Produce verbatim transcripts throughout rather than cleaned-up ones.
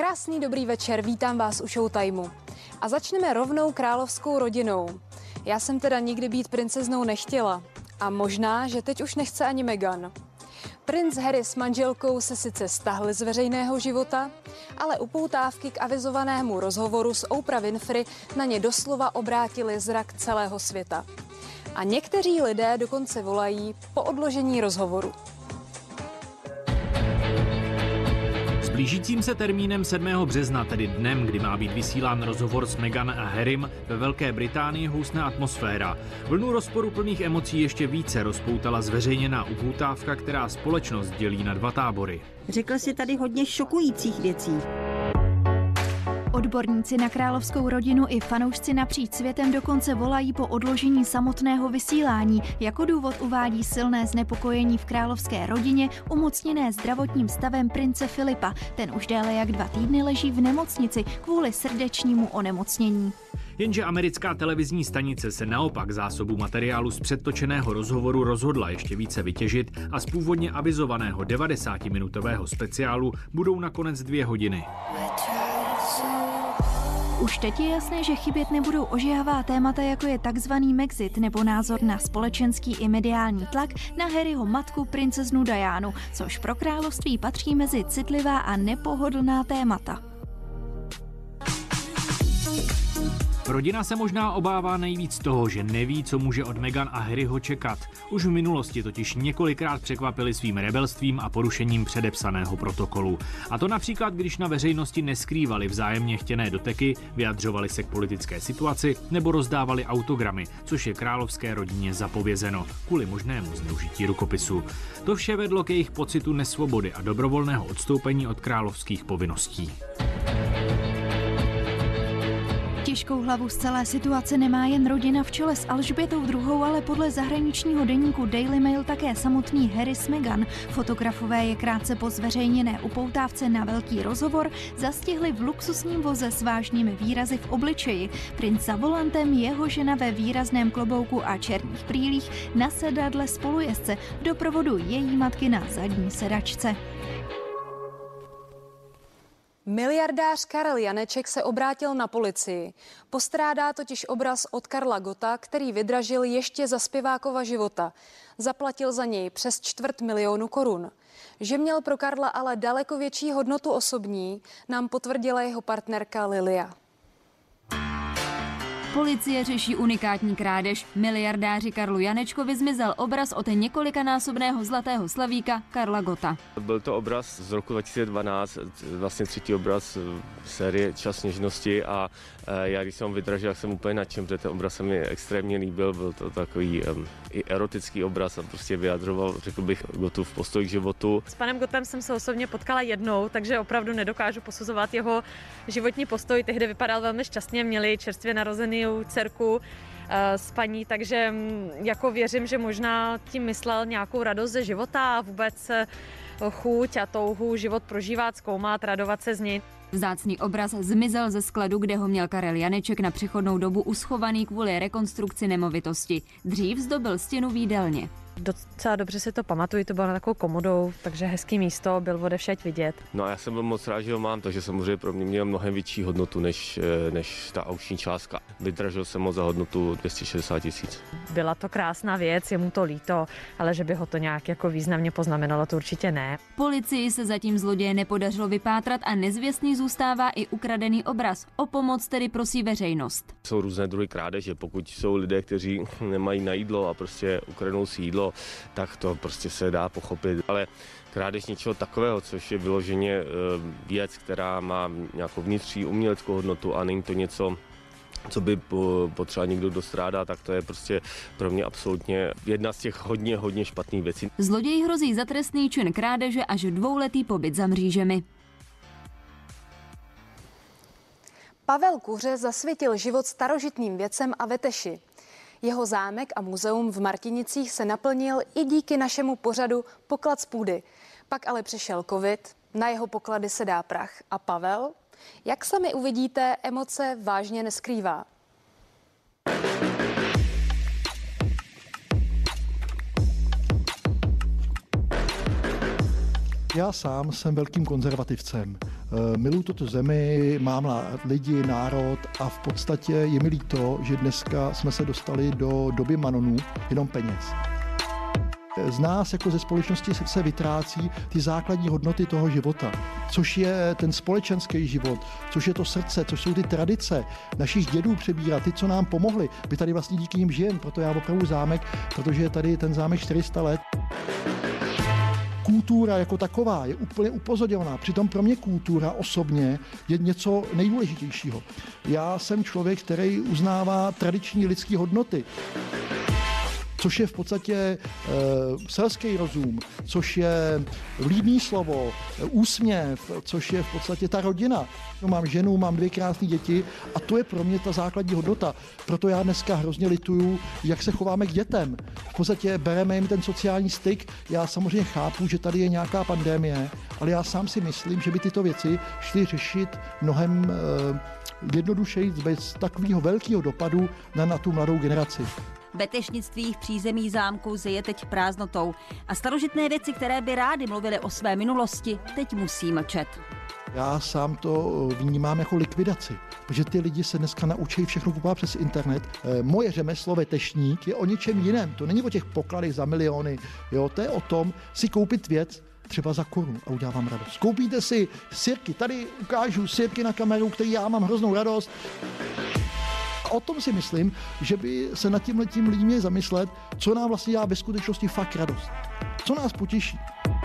Krásný dobrý večer, vítám vás u Showtimeu. A začneme rovnou královskou rodinou. Já jsem teda nikdy být princeznou nechtěla. A možná, že teď už nechce ani Meghan. Princ Harry s manželkou se sice stahli z veřejného života, ale upoutávky k avizovanému rozhovoru s Oprah Winfrey na ně doslova obrátili zrak celého světa. A někteří lidé dokonce volají po odložení rozhovoru. S blížícím se termínem sedmého března, tedy dnem, kdy má být vysílán rozhovor s Meghan a Harrym, ve Velké Británii housne atmosféra. Vlnu rozporuplných emocí ještě více rozpoutala zveřejněná upoutávka, která společnost dělí na dva tábory. Řekl si tady hodně šokujících věcí. Odborníci na královskou rodinu i fanoušci napříč světem dokonce volají po odložení samotného vysílání. Jako důvod uvádí silné znepokojení v královské rodině, umocněné zdravotním stavem prince Filipa. Ten už déle jak dva týdny leží v nemocnici kvůli srdečnímu onemocnění. Jenže americká televizní stanice se naopak zásobu materiálu z předtočeného rozhovoru rozhodla ještě více vytěžit a z původně avizovaného devadesátiminutového speciálu budou nakonec dvě hodiny. Už teď je jasné, že chybět nebudou ožehavá témata, jako je takzvaný Mexit nebo názor na společenský i mediální tlak na Harryho matku princeznu Dianu, což pro království patří mezi citlivá a nepohodlná témata. Rodina se možná obává nejvíc toho, že neví, co může od Meghan a Harryho čekat. Už v minulosti totiž několikrát překvapili svým rebelstvím a porušením předepsaného protokolu. A to například, když na veřejnosti neskrývali vzájemně chtěné doteky, vyjadřovali se k politické situaci nebo rozdávali autogramy, což je královské rodině zapovězeno kvůli možnému zneužití rukopisu. To vše vedlo k jejich pocitu nesvobody a dobrovolného odstoupení od královských povinností. Těžkou hlavu z celé situace nemá jen rodina v čele s Alžbětou druhou, ale podle zahraničního deníku Daily Mail také samotný Harry s Meghan. Fotografové je krátce po zveřejněné upoutávce na velký rozhovor zastihli v luxusním voze s vážnými výrazy v obličeji. Princ za volantem, jeho žena ve výrazném klobouku a černých brýlích na sedadle spolujezdce v doprovodu její matky na zadní sedačce. Miliardář Karel Janeček se obrátil na policii. Postrádá totiž obraz od Karla Gotta, který vydražil ještě za zpěvákova života. Zaplatil za něj přes čtvrt milionu korun. Že měl pro Karla ale daleko větší hodnotu osobní, nám potvrdila jeho partnerka Lilia. Policie řeší unikátní krádež. Miliardáři Karlu Janečkovi zmizel obraz od několikanásobného zlatého slavíka Karla Gotta. Byl to obraz z roku dva tisíce dvanáct, vlastně třetí obraz série Čas něžnosti a já když jsem ho vydražil, tak jsem úplně nadšen, protože ten obraz se mi extrémně líbil, byl to takový um, i erotický obraz a prostě vyjadřoval, řekl bych, Gottův postoj k životu. S panem Gottem jsem se osobně potkala jednou, takže opravdu nedokážu posuzovat jeho životní postoj. Tehdy vypadal velmi šťastně, měli čerstvě narozený dcerku s paní, takže jako věřím, že možná tím myslel nějakou radost ze života a vůbec chuť a touhu život prožívat, zkoumat, radovat se z něj. Vzácný obraz zmizel ze skladu, kde ho měl Karel Janeček na přechodnou dobu uschovaný kvůli rekonstrukci nemovitosti. Dřív zdobil stěnu v jídelně. Docela dobře si to pamatuju, to bylo na takovou komodou, takže hezký místo, byl odevšať vidět. No a já jsem byl moc rád, že ho mám, takže samozřejmě pro mě měl mnohem větší hodnotu než, než ta aukční částka. Vydražil jsem ho za hodnotu dvě stě šedesát tisíc. Byla to krásná věc, je mu to líto, ale že by ho to nějak jako významně poznamenalo, to určitě ne. Policii se zatím zloděje nepodařilo vypátrat a nezvěstný zůstává i ukradený obraz. O pomoc tedy prosí veřejnost. Jsou různé druhy krádeže, pokud jsou lidé, kteří nemají na jídlo a prostě ukradnou si jídlo, tak to prostě se dá pochopit. Ale krádež něčeho takového, což je vyloženě věc, která má nějakou vnitřní uměleckou hodnotu a není to něco, co by potřeba někdo dostrádá, tak to je prostě pro mě absolutně jedna z těch hodně, hodně špatných věcí. Zloději hrozí za trestný čin krádeže až dvouletý pobyt za mřížemi. Pavel Kuře zasvětil život starožitným věcem a veteši. Jeho zámek a muzeum v Martinicích se naplnil i díky našemu pořadu Poklad z půdy. Pak ale přišel covid, na jeho poklady se dá prach. A Pavel, jak sami uvidíte, emoce vážně neskrývá. Já sám jsem velkým konzervativcem. Miluji tuto zemi, mám rád lidi, národ a v podstatě je mi líto, že dneska jsme se dostali do doby manonů, jenom peněz. Z nás jako ze společnosti se vytrácí ty základní hodnoty toho života, což je ten společenský život, což je to srdce, což jsou ty tradice našich dědů přebírat, ty, co nám pomohli. My tady vlastně díky nim žijeme, proto já opravdu zámek, protože je tady ten zámek čtyři sta let. Kultura jako taková je úplně upozadělná. Přitom pro mě kultura osobně je něco nejdůležitějšího. Já jsem člověk, který uznává tradiční lidské hodnoty, což je v podstatě e, selský rozum, což je vlídný slovo, e, úsměv, což je v podstatě ta rodina. No, mám ženu, mám dvě krásné děti a to je pro mě ta základní hodnota. Proto já dneska hrozně lituju, jak se chováme k dětem. V podstatě bereme jim ten sociální styk. Já samozřejmě chápu, že tady je nějaká pandemie, ale já sám si myslím, že by tyto věci šly řešit mnohem e, jednodušeji, bez takového velkého dopadu na, na tu mladou generaci. Betešnictví v přízemí zámku zeje teď prázdnotou a starožitné věci, které by rády mluvily o své minulosti, teď musí mlčet. Já sám to vnímám jako likvidaci, protože ty lidi se dneska naučí všechno kupovat přes internet. Moje řemeslo vetešník je o něčem jiném, to není o těch pokladech za miliony, jo, to je o tom si koupit věc třeba za korunu a udělám radost. Koupíte si sirky, tady ukážu sirky na kameru, který já mám hroznou radost. A o tom si myslím, že by se nad tímhletím lidí měli zamyslet, co nám vlastně dělá ve skutečnosti fakt radost. Co nás potěší.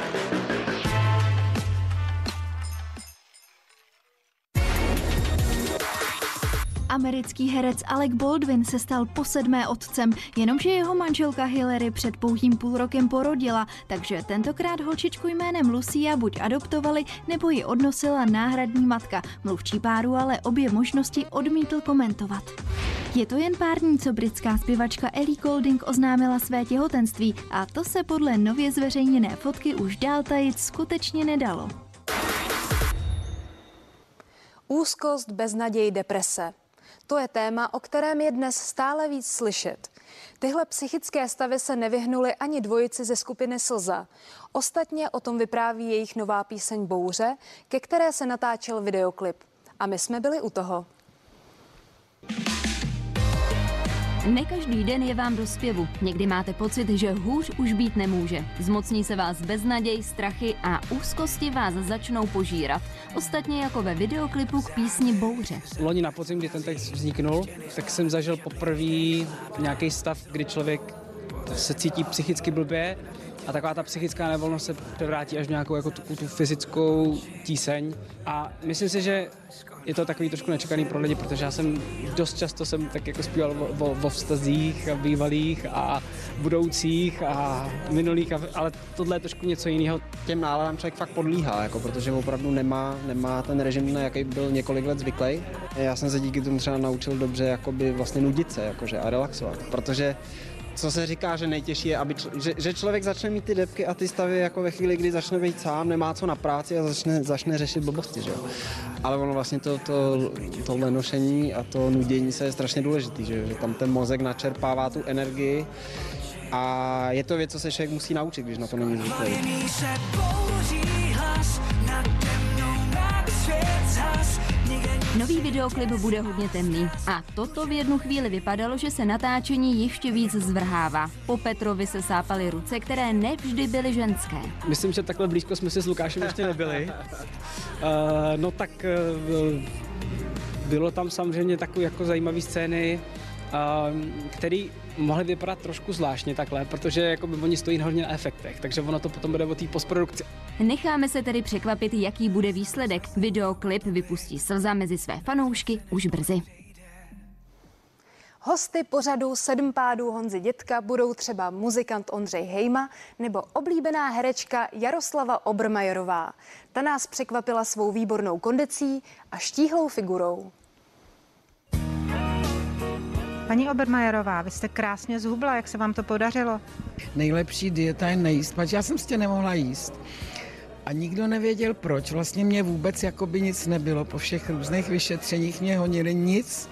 Americký herec Alec Baldwin se stal posedmé otcem, jenomže jeho manželka Hillary před pouhým půl rokem porodila, takže tentokrát holčičku jménem Lucia buď adoptovali, nebo ji odnosila náhradní matka. Mluvčí páru ale obě možnosti odmítl komentovat. Je to jen pár dní, co britská zpěvačka Ellie Goulding oznámila své těhotenství a to se podle nově zveřejněné fotky už dál tajit skutečně nedalo. Úzkost, beznaděj, deprese. To je téma, o kterém je dnes stále víc slyšet. Tyhle psychické stavy se nevyhnuly ani dvojici ze skupiny Slza. Ostatně o tom vypráví jejich nová píseň Bouře, ke které se natáčel videoklip. A my jsme byli u toho. Ne každý den je vám do zpěvu. Někdy máte pocit, že hůř už být nemůže. Zmocní se vás beznaděj, strachy a úzkosti vás začnou požírat. Ostatně jako ve videoklipu k písni Bouře. Loni na podzim, kdy ten text vzniknul, tak jsem zažil poprvé nějaký stav, kdy člověk se cítí psychicky blbě a taková ta psychická nevolnost se převrátí až v nějakou jako tu, tu fyzickou tíseň. A myslím si, že je to takový trošku nečekaný pro lidi, protože já jsem dost často jsem tak jako zpíval o, o, o vztazích a bývalých a budoucích a minulých, a, ale tohle je trošku něco jiného. Těm náladám člověk fakt podlíhá, jako, protože opravdu nemá, nemá ten režim, na jaký byl několik let zvyklý. Já jsem se díky tomu třeba naučil dobře jakoby vlastně nudit se jakože, a relaxovat, protože co se říká, že nejtěžší je, aby čl- že, že člověk začne mít ty depky a ty stavy jako ve chvíli, kdy začne být sám, nemá co na práci a začne, začne řešit blbosti, že jo. Ale ono vlastně to, to, to lenošení a to nudění se je strašně důležitý, že, že tam ten mozek načerpává tu energii a je to věc, co se člověk musí naučit, když na to není zvyklý. Nový videoklip bude hodně temný a toto v jednu chvíli vypadalo, že se natáčení ještě víc zvrhává. Po Petrovi se sápaly ruce, které nevždy byly ženské. Myslím, že takhle blízko jsme si s Lukášem ještě nebyli. Uh, no tak uh, bylo tam samozřejmě takové jako zajímavé scény, uh, které mohly vypadat trošku zvláštně takhle, protože jakoby oni stojí hodně na efektech, takže ono to potom bude o té postprodukci. Necháme se tedy překvapit, jaký bude výsledek. Videoklip vypustí Slza mezi své fanoušky už brzy. Hosty pořadu Sedm pádů Honzy Dětka budou třeba muzikant Ondřej Hejma nebo oblíbená herečka Jaroslava Obermajerová. Ta nás překvapila svou výbornou kondicí a štíhlou figurou. Paní Obermajerová, vy jste krásně zhubla, jak se vám to podařilo? Nejlepší dieta je nejíst, protože já jsem prostě nemohla jíst. A nikdo nevěděl proč, vlastně mě vůbec jakoby nic nebylo, po všech různých vyšetřeních mě honili nic.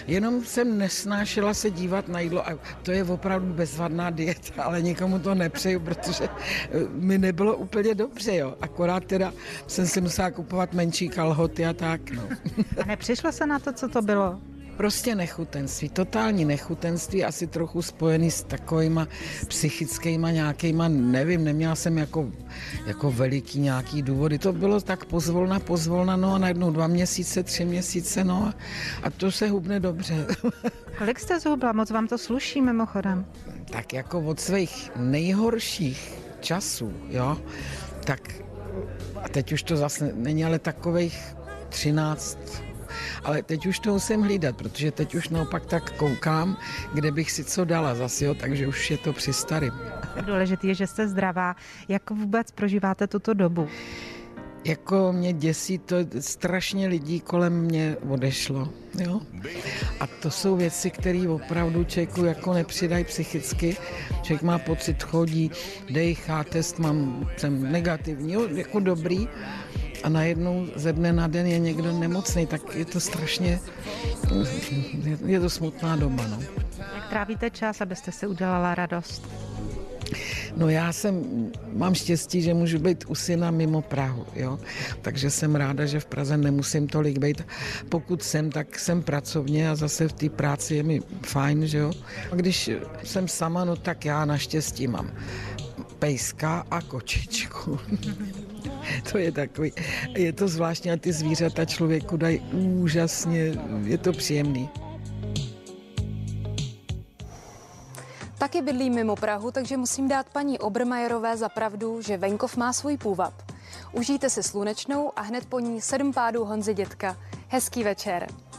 Jenom jsem nesnášela se dívat na jídlo a to je opravdu bezvadná dieta, ale nikomu to nepřeju, protože mi nebylo úplně dobře, jo. Akorát teda jsem si musela kupovat menší kalhoty a tak, no. A nepřišlo se na to, co to bylo? Prostě nechutenství, totální nechutenství, asi trochu spojený s takovýma psychickýma nějakýma, nevím, neměla jsem jako, jako veliký nějaký důvody. To bylo tak pozvolna, pozvolna, no a najednou dva měsíce, tři měsíce, no a, a to se hubne dobře. Kolik jste zhubla? Moc vám to sluší mimochodem? Tak jako od svých nejhorších časů, jo, tak a teď už to zase není, ale takových třináct. Ale teď už to musím hlídat, protože teď už naopak tak koukám, kde bych si co dala zase, jo, takže už je to při starým. Důležité je, že jste zdravá. Jak vůbec prožíváte tuto dobu? Jako mě děsí, to strašně lidí kolem mě odešlo, jo. A to jsou věci, které opravdu člověku jako nepřidají psychicky. Člověk má pocit, chodí, dejchá, test mám, jsem negativní, jo, jako dobrý. A najednou ze dne na den je někdo nemocný, tak je to strašně, je to smutná doba, no. Jak trávíte čas, abyste si udělala radost? No já jsem, mám štěstí, že můžu být u syna mimo Prahu, jo. Takže jsem ráda, že v Praze nemusím tolik být. Pokud jsem, tak jsem pracovně a zase v té práci je mi fajn, že jo. A když jsem sama, no tak já naštěstí mám pejska a kočičku. To je takový, je to zvláštní a ty zvířata člověku dají úžasně, je to příjemný. Taky bydlím mimo Prahu, takže musím dát paní Obermajerové za pravdu, že venkov má svůj půvab. Užijte si slunečnou a hned po ní sedm pádů Honzy Dětka. Hezký večer.